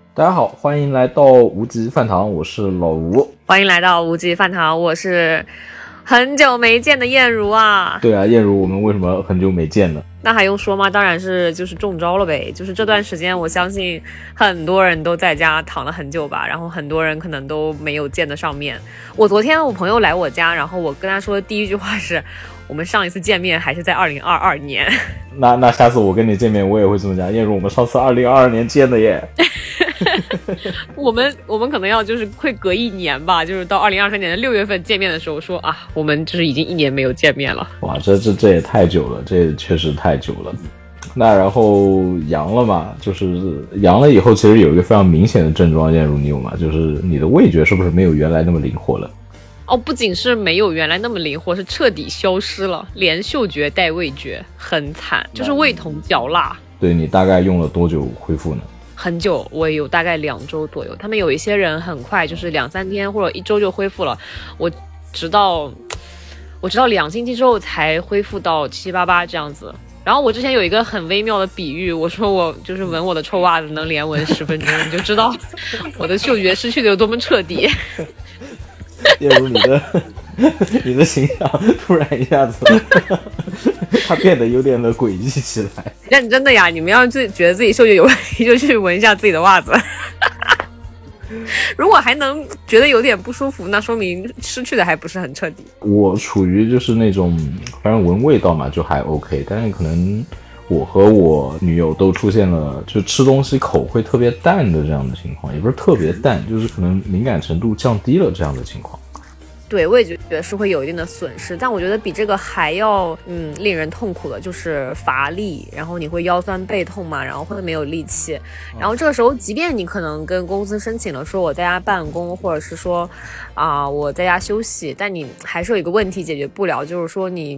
大家好，欢迎来到无极饭堂，我是老吴。 欢迎来到无极饭堂，我是很久没见的燕如啊。 对啊，燕如，我们为什么很久没见呢？ 那还用说吗？当然是就是中招了呗。就是这段时间，我相信很多人都在家躺了很久吧，然后很多人可能都没有见得上面。我昨天我朋友来我家，然后我跟他说的第一句话是，我们上一次见面还是在2022年。 那下次我跟你见面，我也会这么讲。燕如，我们上次2022年见的耶。 我们可能要就是会隔一年吧，就是到2023年的6月份见面的时候说啊，我们就是已经1年没有见面了。 哇，这也太久了，这也确实太久了。那然后阳了嘛，就是阳了以后，其实有一个非常明显的症状，燕如你有吗？就是你的味觉是不是没有原来那么灵活了？ 哦，不仅是没有原来那么灵活，是彻底消失了，连嗅觉带味觉，很惨，就是味同嚼蜡。 对，你大概用了多久恢复呢？ 很久，我有大概2周左右。他们有一些人很快，就是2-3天或者1周就恢复了。我直到2星期之后才恢复到7-8这样子。然后我之前有一个很微妙的比喻，我说我就是闻我的臭袜子能连闻10分钟，你就知道我的嗅觉失去的有多么彻底。 例如你的形象突然一下子它变得有点的诡异起来。 认真的呀，你们要觉得自己嗅觉有问题就去闻一下自己的袜子。如果还能觉得有点不舒服，那说明失去的还不是很彻底。 我处于就是那种反正闻味道嘛就还 OK， 但是可能我和我女友都出现了就吃东西口会特别淡的这样的情况，也不是特别淡，就是可能敏感程度降低了这样的情况。 对，我也觉得是会有一定的损失，但我觉得比这个还要令人痛苦的就是乏力，然后你会腰酸背痛嘛，然后会没有力气，然后这个时候即便你可能跟公司申请了说我在家办公，或者是说我在家休息，但你还是有一个问题解决不了，就是说你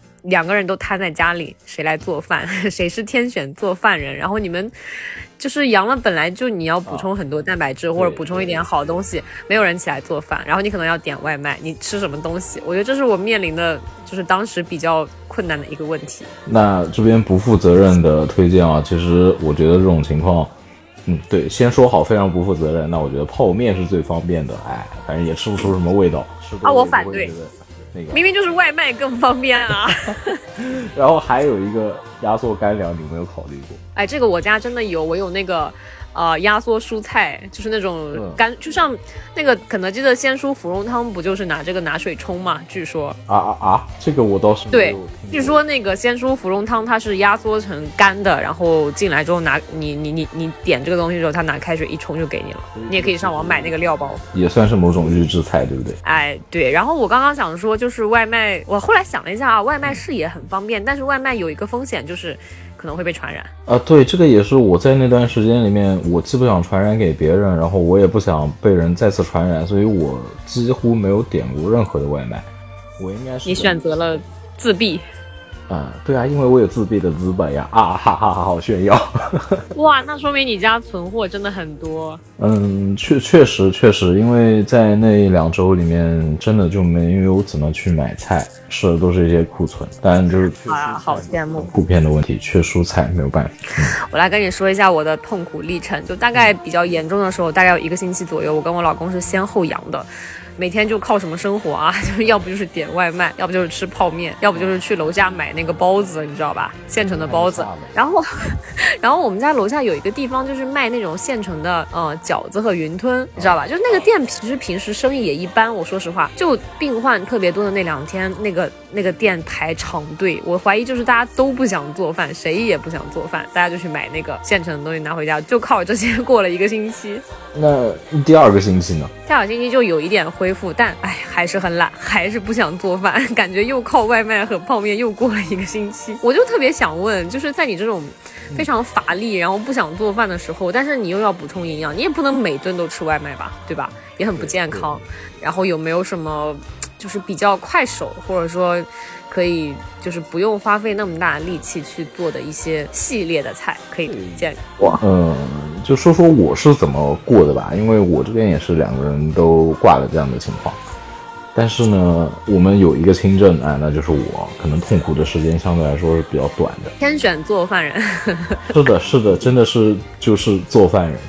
2个人都瘫在家里，谁来做饭？谁是天选做饭人？然后你们就是阳了，本来就你要补充很多蛋白质或者补充一点好东西，没有人起来做饭，然后你可能要点外卖，你吃什么东西？我觉得这是我面临的就是当时比较困难的一个问题。 那这边不负责任的推荐啊，其实我觉得这种情况对，先说好非常不负责任，那我觉得泡面是最方便的，反正也吃不出什么味道。 我反对。明明就是外卖更方便啊。 然后还有一个压缩干粮，你有没有考虑过？ 这个我家真的有，我有那个压缩蔬菜，就是那种干，就像那个肯德基的鲜蔬芙蓉汤，不就是拿这个拿水冲嘛？据说这个我倒是没有听过。 对，据说那个鲜蔬芙蓉汤它是压缩成干的，然后进来之后拿你点这个东西之后，它拿开水一冲就给你了。你也可以上网买那个料包，也算是某种预制菜，对不对？ 对。然后我刚刚想说，就是外卖，我后来想了一下外卖是也很方便，但是外卖有一个风险就是可能会被传染。 对，这个也是我在那段时间里面，我既不想传染给别人，然后我也不想被人再次传染，所以我几乎没有点过任何的外卖。我应该是你选择了自闭。 对啊，因为我有自闭的资本呀！好炫耀。 哇，那说明你家存货真的很多。 确实，因为在那2周里面真的就没有怎么去买菜，吃的都是一些库存，但就是好羡慕。 普遍的问题，缺蔬菜没有办法。 我来跟你说一下我的痛苦历程，就大概比较严重的时候，大概有1个星期左右，我跟我老公是先后阳的。每天就靠什么生活啊？就是要不就是点外卖，要不就是吃泡面，要不就是去楼下买那个包子，你知道吧？现成的包子。然后我们家楼下有一个地方就是卖那种现成的饺子和云吞，你知道吧？就是那个店其实平时生意也一般，我说实话，就病患特别多的那2天，那个店排长队，我怀疑就是大家都不想做饭，谁也不想做饭，大家就去买那个现成的东西拿回家，就靠这些过了1个星期。 那第2个星期呢？ 第2个星期就有一点恢复，但还是很懒，还是不想做饭，感觉又靠外卖和泡面又过了1个星期。我就特别想问，就是在你这种非常乏力然后不想做饭的时候，但是你又要补充营养，你也不能每顿都吃外卖吧，对吧？也很不健康。然后有没有什么就是比较快手，或者说可以就是不用花费那么大的力气去做的一些系列的菜可以推荐？ 就说说我是怎么过的吧，因为我这边也是2个人都挂了这样的情况。但是呢，我们有一个亲症那就是我，可能痛苦的时间相对来说是比较短的。 天选做饭人。 是的，真的是就是做饭人。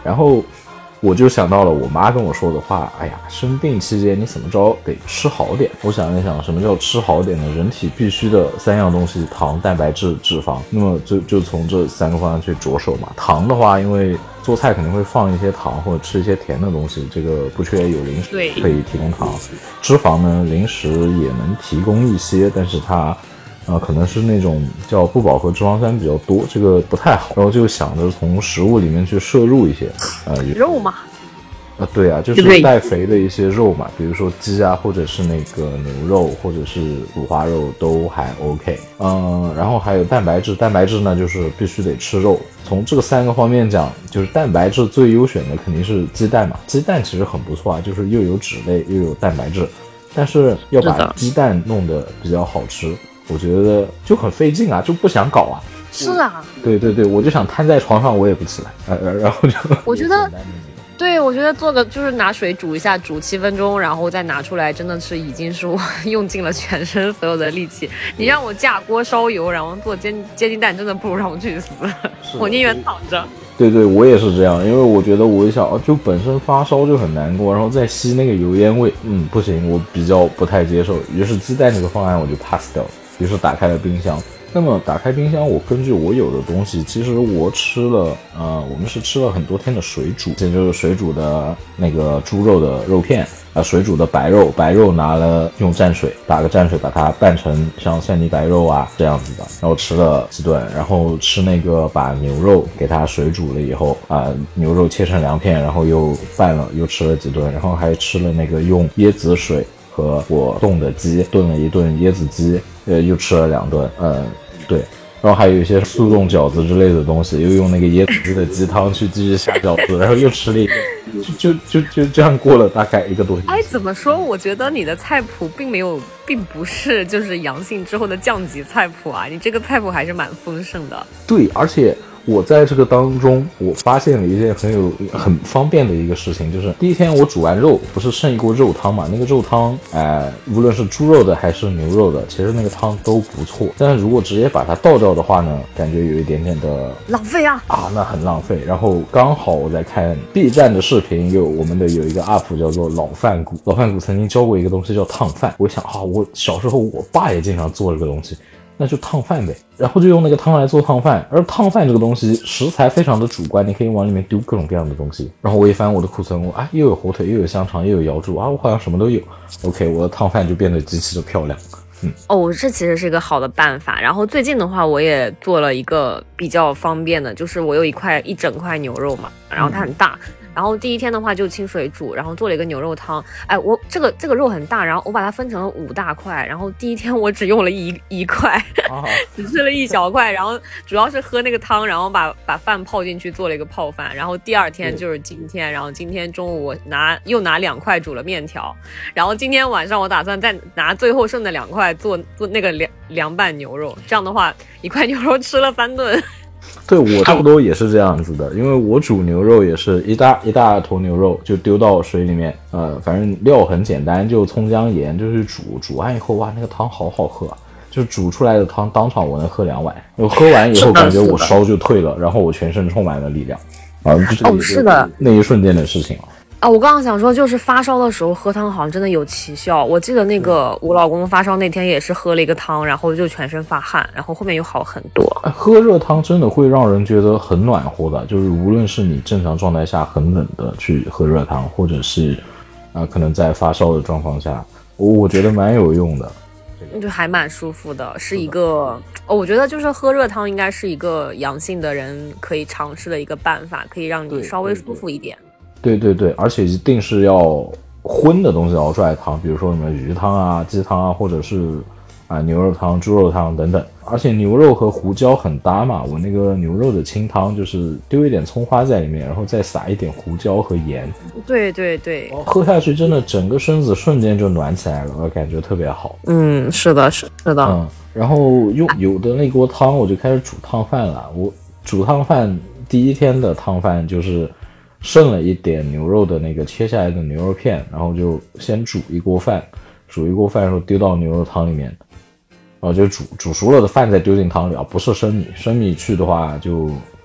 然后我就想到了我妈跟我说的话，哎呀，生病期间你怎么着得吃好点。我想一想，什么叫吃好点呢？人体必须的3样东西：糖、蛋白质、脂肪。那么就从这3个方向去着手嘛。糖的话，因为做菜肯定会放一些糖或者吃一些甜的东西，这个不缺有零食可以提供糖。脂肪呢，零食也能提供一些，但是它可能是那种叫不饱和脂肪酸比较多，这个不太好。然后就想着从食物里面去摄入一些肉嘛。 对啊，就是带肥的一些肉嘛，比如说鸡啊，或者是那个牛肉，或者是五花肉都还 OK。然后还有蛋白质，蛋白质呢就是必须得吃肉。从这个3个方面讲，就是蛋白质最优选的肯定是鸡蛋嘛，鸡蛋其实很不错啊，就是又有脂类又有蛋白质，但是要把鸡蛋弄得比较好吃，我觉得就很费劲啊，就不想搞啊。 是啊， 对，我就想瘫在床上我也不起来，然后就我觉得。对，我觉得做个就是拿水煮一下，煮7分钟，然后再拿出来，真的是已经是我用尽了全身所有的力气。你让我架锅烧油，然后做煎鸡蛋，真的不如让我去死，我宁愿躺着。对， 我也是这样，因为我觉得我一想就本身发烧就很难过，然后再吸那个油烟味，不行，我比较不太接受。于是鸡蛋这个方案我就 pass 掉了，于是打开了冰箱。那么打开冰箱，我根据我有的东西，其实我吃了，我们是吃了很多天的水煮，这就是水煮的那个猪肉的肉片，水煮的白肉拿了用蘸水打个蘸水，把它拌成像蒜泥白肉啊这样子的，然后吃了几顿，然后吃那个把牛肉给它水煮了以后牛肉切成2片，然后又拌了，又吃了几顿，然后还吃了那个用椰子水和我冻的鸡炖了一顿椰子鸡，又吃了2顿，对，然后还有一些速冻饺子之类的东西，又用那个椰子鸡的鸡汤去继续下饺子，然后又吃了一个，就这样过了大概1个多星期。 怎么说？我觉得你的菜谱并不是就是阳性之后的降级菜谱啊，你这个菜谱还是蛮丰盛的。 对，而且我在这个当中，我发现了一件很方便的一个事情，就是第一天我煮完肉，不是剩一锅肉汤嘛？那个肉汤，无论是猪肉的还是牛肉的，其实那个汤都不错。但是如果直接把它倒掉的话呢，感觉有一点点的浪费啊！ 那很浪费。然后刚好我在看 B 站的视频，我们的有一个 UP 叫做老饭骨，老饭骨曾经教过一个东西叫烫饭。我想我小时候我爸也经常做这个东西。那就烫饭呗，然后就用那个汤来做烫饭。而烫饭这个东西食材非常的主观，你可以往里面丢各种各样的东西。然后我一翻我的库存，又有火腿，又有香肠，又有瑶柱我好像什么都有。OK， 我的烫饭就变得极其的漂亮。 这其实是一个好的办法。然后最近的话，我也做了一个比较方便的，就是我有一整块牛肉嘛，然后它很大。然后第一天的话就清水煮，然后做了一个牛肉汤。我这个肉很大，然后我把它分成了5大块，然后第一天我只用了一块，只吃了1小块，然后主要是喝那个汤，然后把饭泡进去做了一个泡饭。然后第2天就是今天，然后今天中午我又拿2块煮了面条，然后今天晚上我打算再拿最后剩的2块做那个凉拌牛肉，这样的话1块牛肉吃了3顿。 对，我差不多也是这样子的，因为我煮牛肉也是一大头牛肉就丢到水里面，反正料很简单，就葱姜盐就去煮完以后，那个汤好好喝啊，就是煮出来的汤当场我能喝2碗，我喝完以后感觉我烧就退了，然后我全身充满了力量， 是的， 那一瞬间的事情我刚刚想说，就是发烧的时候喝汤好像真的有奇效。我记得那个我老公发烧那天也是喝了一个汤，然后就全身发汗，然后后面又好很多。 喝热汤真的会让人觉得很暖和的，就是无论是你正常状态下很冷的去喝热汤，或者是可能在发烧的状况下，我觉得蛮有用的。 就还蛮舒服的，是一个我觉得就是喝热汤应该是一个阳性的人可以尝试的一个办法，可以让你稍微舒服一点。 对，而且一定是要荤的东西熬出来的汤，比如说什么鱼汤啊、鸡汤啊，或者是牛肉汤、猪肉汤等等。而且牛肉和胡椒很搭嘛，我那个牛肉的清汤就是丢一点葱花在里面，然后再撒一点胡椒和盐。对，喝下去真的整个身子瞬间就暖起来了，我感觉特别好。是的。然后用有的那锅汤我就开始煮烫饭了。我煮烫饭第一天的烫饭就是剩了一点牛肉的那个切下来的牛肉片，然后就先煮一锅饭然后丢到牛肉汤里面，然后就煮熟了的饭再丢进汤里不是生米去的话就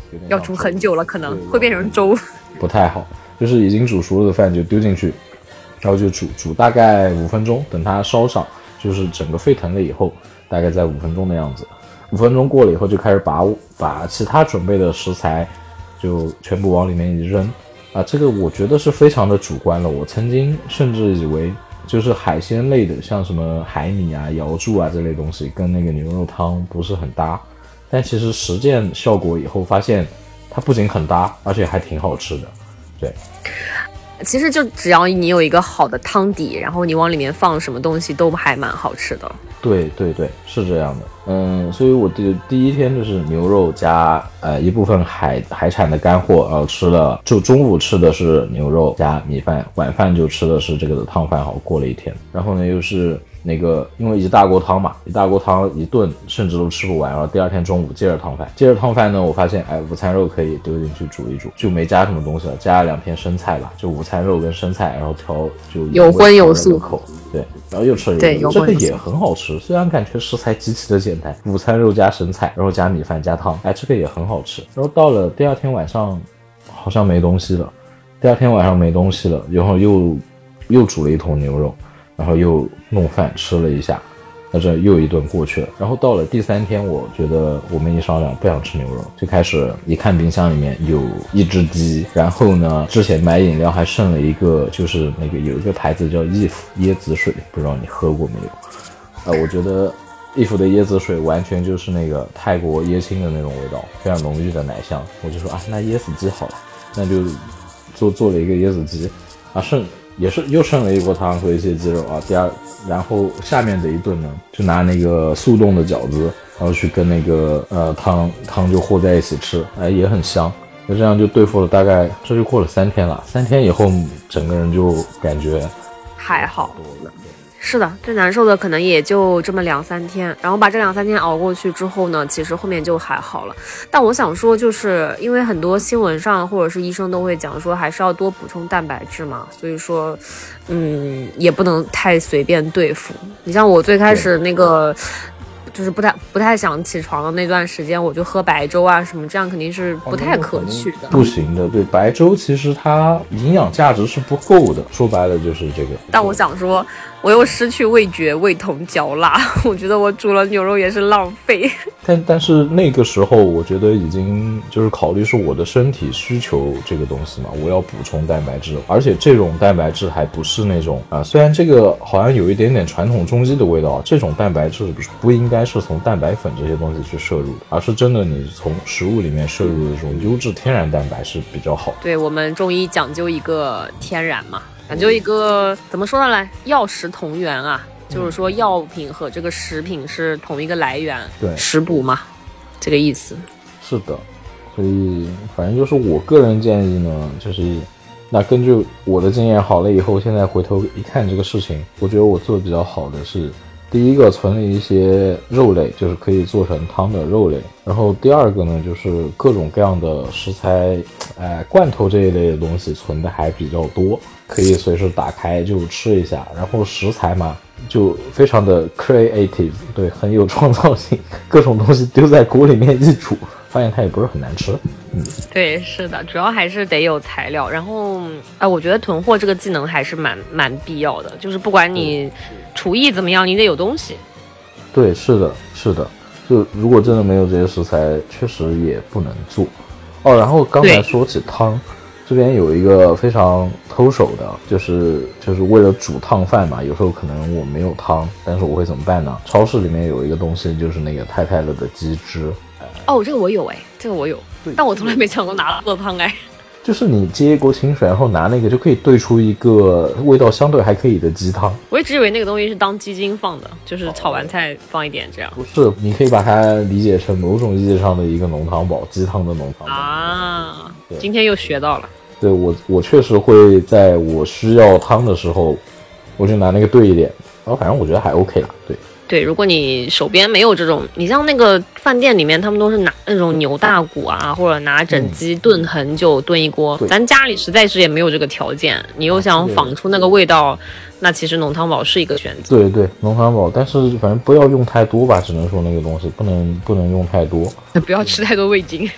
要煮很久了，可能会变成粥， 不太好。就是已经煮熟了的饭就丢进去，然后就煮大概5分钟，等它烧上，就是整个沸腾了以后，大概在5分钟的样子。5分钟过了以后，就开始把其他准备的食材就全部往里面一扔啊，这个我觉得是非常的主观了。我曾经甚至以为就是海鲜类的，像什么海米啊、瑶柱啊这类东西，跟那个牛肉汤不是很搭。但其实实践效果以后发现，它不仅很搭，而且还挺好吃的。对， 其实就只要你有一个好的汤底，然后你往里面放什么东西都还蛮好吃的。 对对对，是这样的。所以我第一天就是牛肉加一部分海产的干货，然后吃了，就中午吃的是牛肉加米饭，晚饭就吃的是这个的汤饭。好，过了一天，然后呢又是那个，因为一大锅汤嘛，一大锅汤一顿甚至都吃不完，然后第二天中午接着汤饭呢，我发现午餐肉可以丢进去煮一煮，就没加什么东西了，加了2片生菜吧，就午餐肉跟生菜，然后调就有荤有素口，对，然后又吃了一个，这个也很好吃，虽然感觉食材极其的简单，午餐肉加生菜，然后加米饭加汤，这个也很好吃。然后到了第二天晚上好像没东西了，然后又煮了一桶牛肉，然后又弄饭吃了一下，那这又一顿过去了。然后到了第3天，我觉得我们一商量不想吃牛肉，就开始一看冰箱里面有一只鸡，然后呢之前买饮料还剩了一个，就是那个有一个牌子叫 if 椰子水，不知道你喝过没有。我觉得 if 的椰子水完全就是那个泰国椰青的那种味道，非常浓郁的奶香。我就说那椰子鸡好了，那就做了一个椰子鸡也是又剩了一锅汤和一些鸡肉啊。然后下面的一顿呢，就拿那个速冻的饺子，然后去跟那个汤就和在一起吃，也很香。就这样就对付了，大概这就过了3天了。3天以后，整个人就感觉还好。是的，最难受的可能也就这么2-3天，然后把这2-3天熬过去之后呢，其实后面就还好了。但我想说，就是因为很多新闻上或者是医生都会讲说，还是要多补充蛋白质嘛，所以说，也不能太随便对付。你像我最开始那个，就是不太想起床的那段时间，我就喝白粥啊什么，这样肯定是不太可取的， 不行的。对，白粥其实它营养价值是不够的，说白了就是这个。 但我想说，我又失去味觉，味同嚼蜡，我觉得我煮了牛肉也是浪费。 但是那个时候我觉得已经就是考虑是我的身体需求这个东西嘛，我要补充蛋白质，而且这种蛋白质还不是那种虽然这个好像有一点点传统中医的味道，这种蛋白质不应该是从蛋白粉这些东西去摄入的，而是真的你从食物里面摄入的这种优质天然蛋白是比较好的。 对，我们中医讲究一个天然嘛，讲究一个怎么说呢来，药食同源啊，就是说药品和这个食品是同一个来源， 对， 食补嘛，这个意思。 是的，所以反正就是我个人建议呢，就是那根据我的经验好了以后，现在回头一看这个事情，我觉得我做的比较好的是，第一个存了一些肉类，就是可以做成汤的肉类，然后第二个呢就是各种各样的食材，罐头这一类的东西存的还比较多，可以随时打开就吃一下。然后食材嘛就非常的 creative， 对，很有创造性，各种东西丢在锅里面一煮，发现它也不是很难吃。 对，是的，主要还是得有材料。然后我觉得囤货这个技能还是蛮必要的，就是不管你厨艺怎么样，你得有东西。 对，是的，就如果真的没有这些食材，确实也不能做。然后刚才说起汤，这边有一个非常偷手的，就是为了煮烫饭嘛，有时候可能我没有汤，但是我会怎么办呢？超市里面有一个东西，就是那个太乐的鸡汁。 这个我有这个我有，但我从来没想过拿来做汤就是你接一锅清水，然后拿那个就可以兑出一个味道相对还可以的鸡汤。 我一直以为那个东西是当鸡精放的，就是炒完菜放一点这样。 不是，你可以把它理解成某种意义上的一个浓汤宝，鸡汤的浓汤宝啊。今天又学到了。 对，我确实会在我需要汤的时候，我就拿那个兑一点，然后反正我觉得还 OK 啦。 对，如果你手边没有这种，你像那个饭店里面，他们都是拿那种牛大骨啊，或者拿整鸡炖很久，炖一锅。咱家里实在是也没有这个条件，你又想仿出那个味道，那其实浓汤宝是一个选择。 对，浓汤宝，但是反正不要用太多吧，只能说那个东西不能用太多， 不要吃太多味精。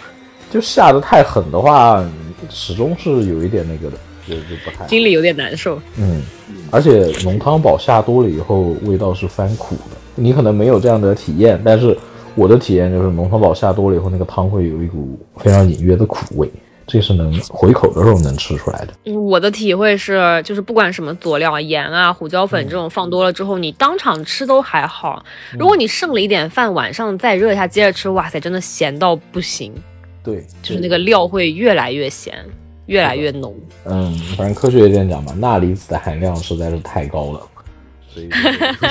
就下得太狠的话，始终是有一点那个的，就不太心里有点难受。 而且浓汤宝下多了以后，味道是翻苦的。你可能没有这样的体验，但是我的体验就是浓汤宝下多了以后，那个汤会有一股非常隐约的苦味。这是能回口的时候能吃出来的。 我的体会是，就是不管什么佐料，盐啊、胡椒粉这种放多了之后，你当场吃都还好。如果你剩了一点饭，晚上再热一下接着吃，哇塞，真的咸到不行。 对， 就是那个料会越来越咸，越来越浓。 反正科学一点讲吧，钠离子的含量实在是太高了，所以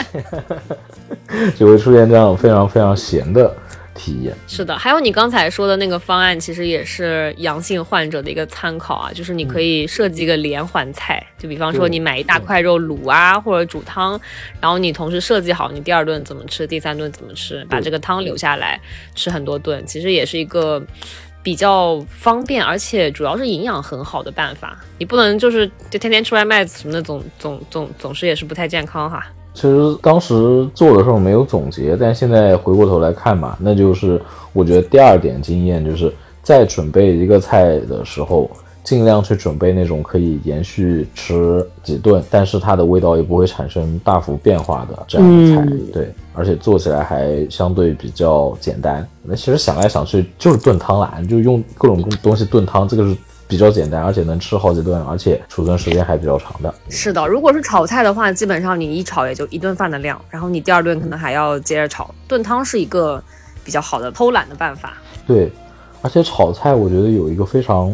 就会出现这样非常非常咸的体验。 是的，还有你刚才说的那个方案，其实也是阳性患者的一个参考啊，就是你可以设计一个连环菜，就比方说你买一大块肉卤啊，或者煮汤，然后你同时设计好你第二顿怎么吃，第三顿怎么吃，把这个汤留下来吃很多顿，其实也是一个比较方便，而且主要是营养很好的办法。你不能就天天吃外卖什么的，总是也是不太健康哈。 其实当时做的时候没有总结，但现在回过头来看嘛，那就是我觉得第二点经验就是在准备一个菜的时候，尽量去准备那种可以连续吃几顿，但是它的味道也不会产生大幅变化的这样的菜。对，而且做起来还相对比较简单。那其实想来想去就是炖汤啦，你就用各种东西炖汤，这个是比较简单，而且能吃好几顿，而且储存时间还比较长的。 是的，如果是炒菜的话，基本上你一炒也就一顿饭的量，然后你第二顿可能还要接着炒。炖汤是一个比较好的偷懒的办法。 对，而且炒菜我觉得有一个非常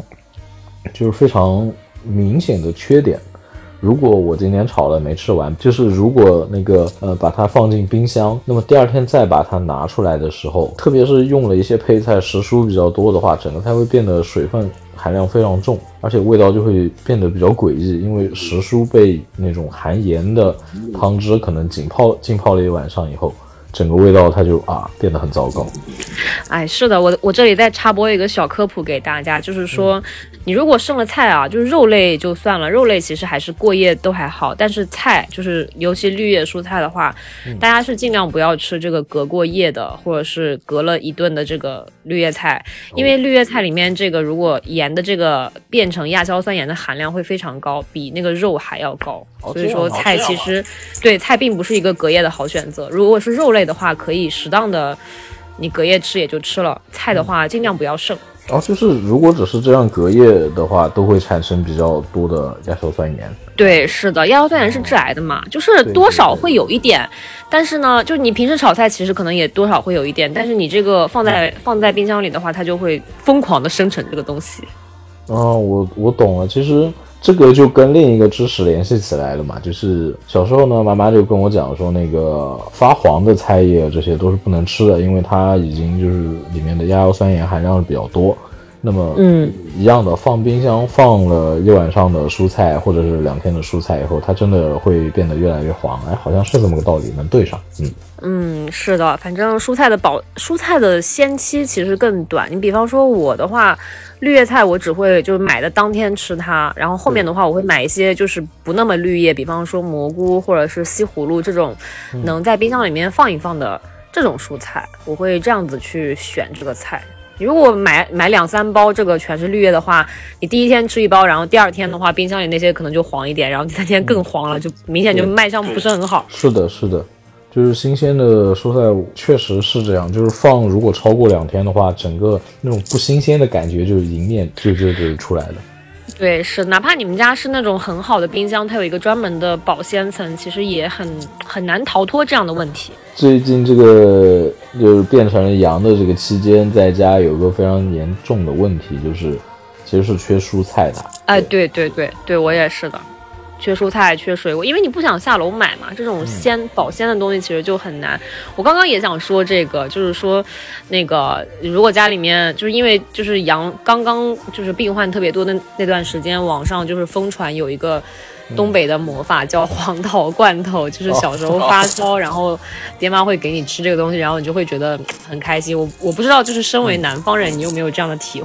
明显的缺点。如果我今天炒了没吃完，就是如果那个把它放进冰箱，那么第二天再把它拿出来的时候，特别是用了一些配菜时蔬比较多的话，整个菜会变得水分含量非常重，而且味道就会变得比较诡异，因为时蔬被那种含盐的汤汁可能浸泡了一晚上以后，整个味道它就变得很糟糕。 哎，是的，我这里再插播一个小科普给大家，就是说你如果剩了菜啊，就是肉类就算了，肉类其实还是过夜都还好，但是菜就是尤其绿叶蔬菜的话，大家是尽量不要吃这个隔过夜的，或者是隔了一顿的这个绿叶菜，因为绿叶菜里面这个如果盐的这个变成亚硝酸盐的含量会非常高，比那个肉还要高，所以说菜其实对菜并不是一个隔夜的好选择。如果是肉类的话，可以适当的你隔夜吃也就吃了，菜的话尽量不要剩。 就是如果只是这样隔夜的话，都会产生比较多的亚硝酸盐。 对，是的，亚硝酸盐是致癌的嘛，就是多少会有一点，但是呢，就你平时炒菜其实可能也多少会有一点，但是你这个放在冰箱里的话，它就会疯狂的生成这个东西。 我懂了，其实这个就跟另一个知识联系起来了嘛，就是小时候呢，妈妈就跟我讲说，那个发黄的菜叶这些都是不能吃的，因为它已经就是里面的亚硝酸盐含量比较多。那么一样的，放冰箱放了一晚上的蔬菜或者是2天的蔬菜以后，它真的会变得越来越黄。好像是这么个道理，能对上。 是的，反正蔬菜的鲜期其实更短。你比方说我的话，绿叶菜我只会就是买的当天吃它，然后后面的话我会买一些就是不那么绿叶，比方说蘑菇或者是西葫芦这种能在冰箱里面放一放的这种蔬菜，我会这样子去选这个菜。你如果买2-3包这个全是绿叶的话，你第一天吃一包，然后第二天的话冰箱里那些可能就黄一点，然后第三天更黄了，就明显就卖相不是很好。 是的，就是新鲜的蔬菜确实是这样，就是放如果超过2天的话，整个那种不新鲜的感觉就迎面就出来了。对， 是，哪怕你们家是那种很好的冰箱，它有一个专门的保鲜层，其实也很难逃脱这样的问题。 最近这个就是变成了阳的这个期间，在家有个非常严重的问题，就是其实是缺蔬菜的。 对，我也是的。缺蔬菜缺水果，因为你不想下楼买嘛，这种保鲜的东西其实就很难。我刚刚也想说这个，就是说那个如果家里面就是因为就是刚刚就是病患特别多的那段时间，网上就是疯传有一个东北的魔法叫黄桃罐头，就是小时候发烧然后爹妈会给你吃这个东西，然后你就会觉得很开心。我不知道就是身为南方人你有没有这样的体会。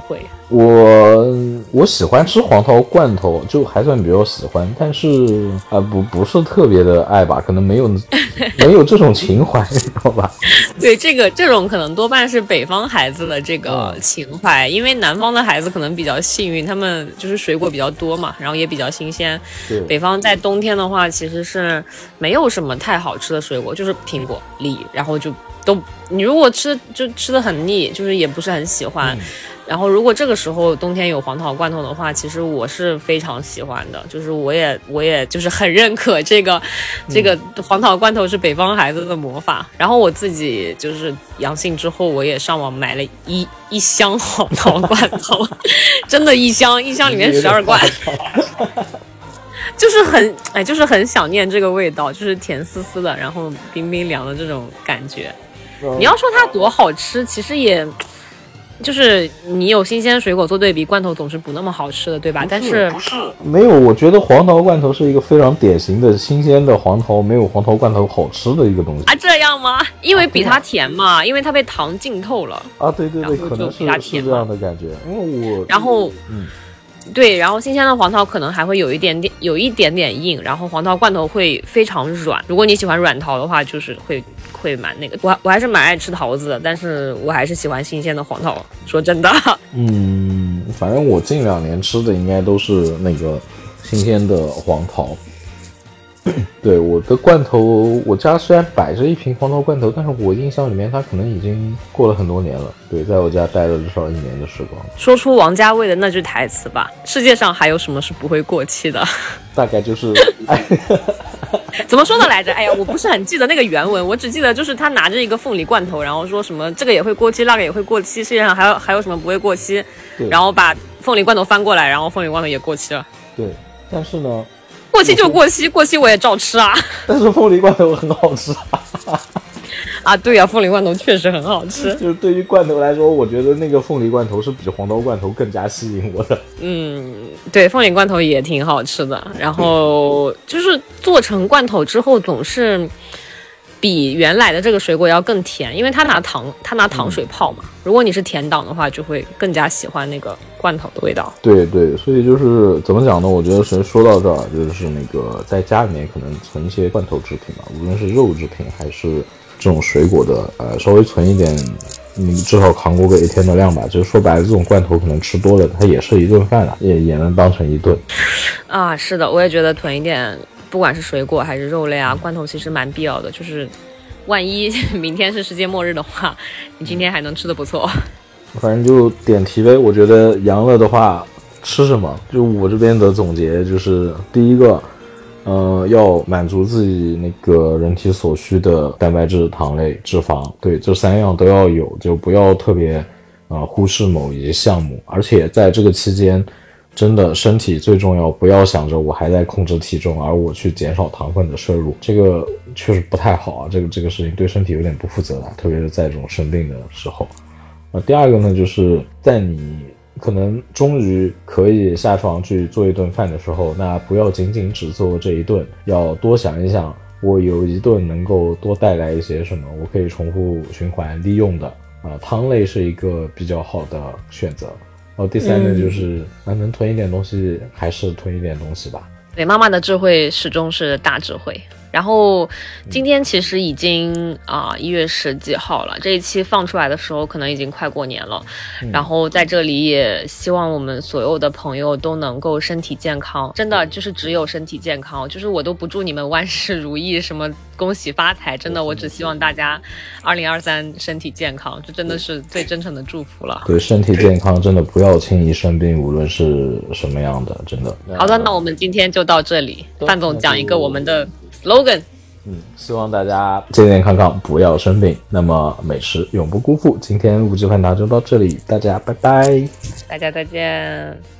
我喜欢吃黄桃罐头，就还算比较喜欢，但是不是特别的爱吧，可能没有这种情怀，你知道吧？ 对，这种可能多半是北方孩子的这个情怀，因为南方的孩子可能比较幸运，他们就是水果比较多嘛，然后也比较新鲜。北方在冬天的话，其实是没有什么太好吃的水果，就是苹果、梨，然后就你如果吃的很腻，就是也不是很喜欢。然后如果这个时候冬天有黄桃罐头的话，其实我是非常喜欢的，就是我也就是很认可这个黄桃罐头是北方孩子的魔法。然后我自己就是阳性之后，我也上网买了一箱黄桃罐头，真的一箱里面12罐。就是很想念这个味道，就是甜丝丝的，然后冰冰凉的这种感觉。你要说它多好吃，其实也就是你有新鲜水果做对比，罐头总是不那么好吃的，对吧？但是没有，我觉得黄桃罐头是一个非常典型的新鲜的黄桃没有黄桃罐头好吃的一个东西啊。这样吗？因为比它甜嘛，因为它被糖浸透了啊。对，可能是这样的感觉。因为对，然后新鲜的黄桃可能还会有一点点硬，然后黄桃罐头会非常软。如果你喜欢软桃的话，就是会蛮那个。我还是蛮爱吃桃子的，但是我还是喜欢新鲜的黄桃。说真的， 反正我近2年吃的应该都是那个新鲜的黄桃。对，我的罐头，我家虽然摆着一瓶黄桃罐头，但是我印象里面它可能已经过了很多年了。对，在我家待了至少1年的时光。 说出王家卫的那句台词吧：世界上还有什么是不会过期的？ 大概就是怎么说的来着？哎呀，我不是很记得那个原文，我只记得就是他拿着一个凤梨罐头，然后说什么这个也会过期，那个也会过期，世界上还有什么不会过期？然后把凤梨罐头翻过来，然后凤梨罐头也过期了。 对，但是呢， 过期就过期，过期我也照吃啊。 但是凤梨罐头很好吃啊，对啊，凤梨罐头确实很好吃。 就是对于罐头来说，我觉得那个凤梨罐头是比黄桃罐头更加吸引我的。 对，凤梨罐头也挺好吃的。然后就是做成罐头之后，总是比原来的这个水果要更甜，因为它拿糖水泡嘛。如果你是甜党的话，就会更加喜欢那个罐头的味道。 对，所以就是怎么讲呢？我觉得说到这儿，就是那个在家里面可能存一些罐头制品嘛，无论是肉制品还是这种水果的，稍微存一点，至少扛过个1天的量吧。就是说白了，这种罐头可能吃多了，它也是一顿饭了，也能当成一顿。啊， 是的，我也觉得囤一点，不管是水果还是肉类啊，罐头其实蛮必要的。就是万一明天是世界末日的话，你今天还能吃得不错。 反正就点题呗。我觉得阳了的话，吃什么？就我这边的总结就是，第一个。要满足自己那个人体所需的蛋白质、糖类、脂肪，对，这3样都要有，就不要特别忽视某一项目。而且在这个期间，真的身体最重要，不要想着我还在控制体重，而我去减少糖分的摄入，这个确实不太好啊。这个事情对身体有点不负责的，特别是在这种生病的时候。第二个呢，就是在你可能终于可以下床去做一顿饭的时候，那不要仅仅只做这一顿，要多想一想，我有一顿能够多带来一些什么，我可以重复循环利用的汤类是一个比较好的选择。然后第3呢，就是能囤一点东西还是囤一点东西吧。 对，妈妈的智慧始终是大智慧。然后今天其实已经1月10几号了，这一期放出来的时候可能已经快过年了。然后在这里也希望我们所有的朋友都能够身体健康，真的就是只有身体健康，就是我都不祝你们万事如意，什么恭喜发财，真的我只希望大家2023身体健康，这真的是最真诚的祝福了。 对，身体健康真的不要轻易生病，无论是什么样的，真的。 好的，那我们今天就到这里，范总讲一个我们的slogan。 希望大家健健康康，不要生病。那么美食永不辜负。今天5级饭堂就到这里，大家拜拜。 大家再见。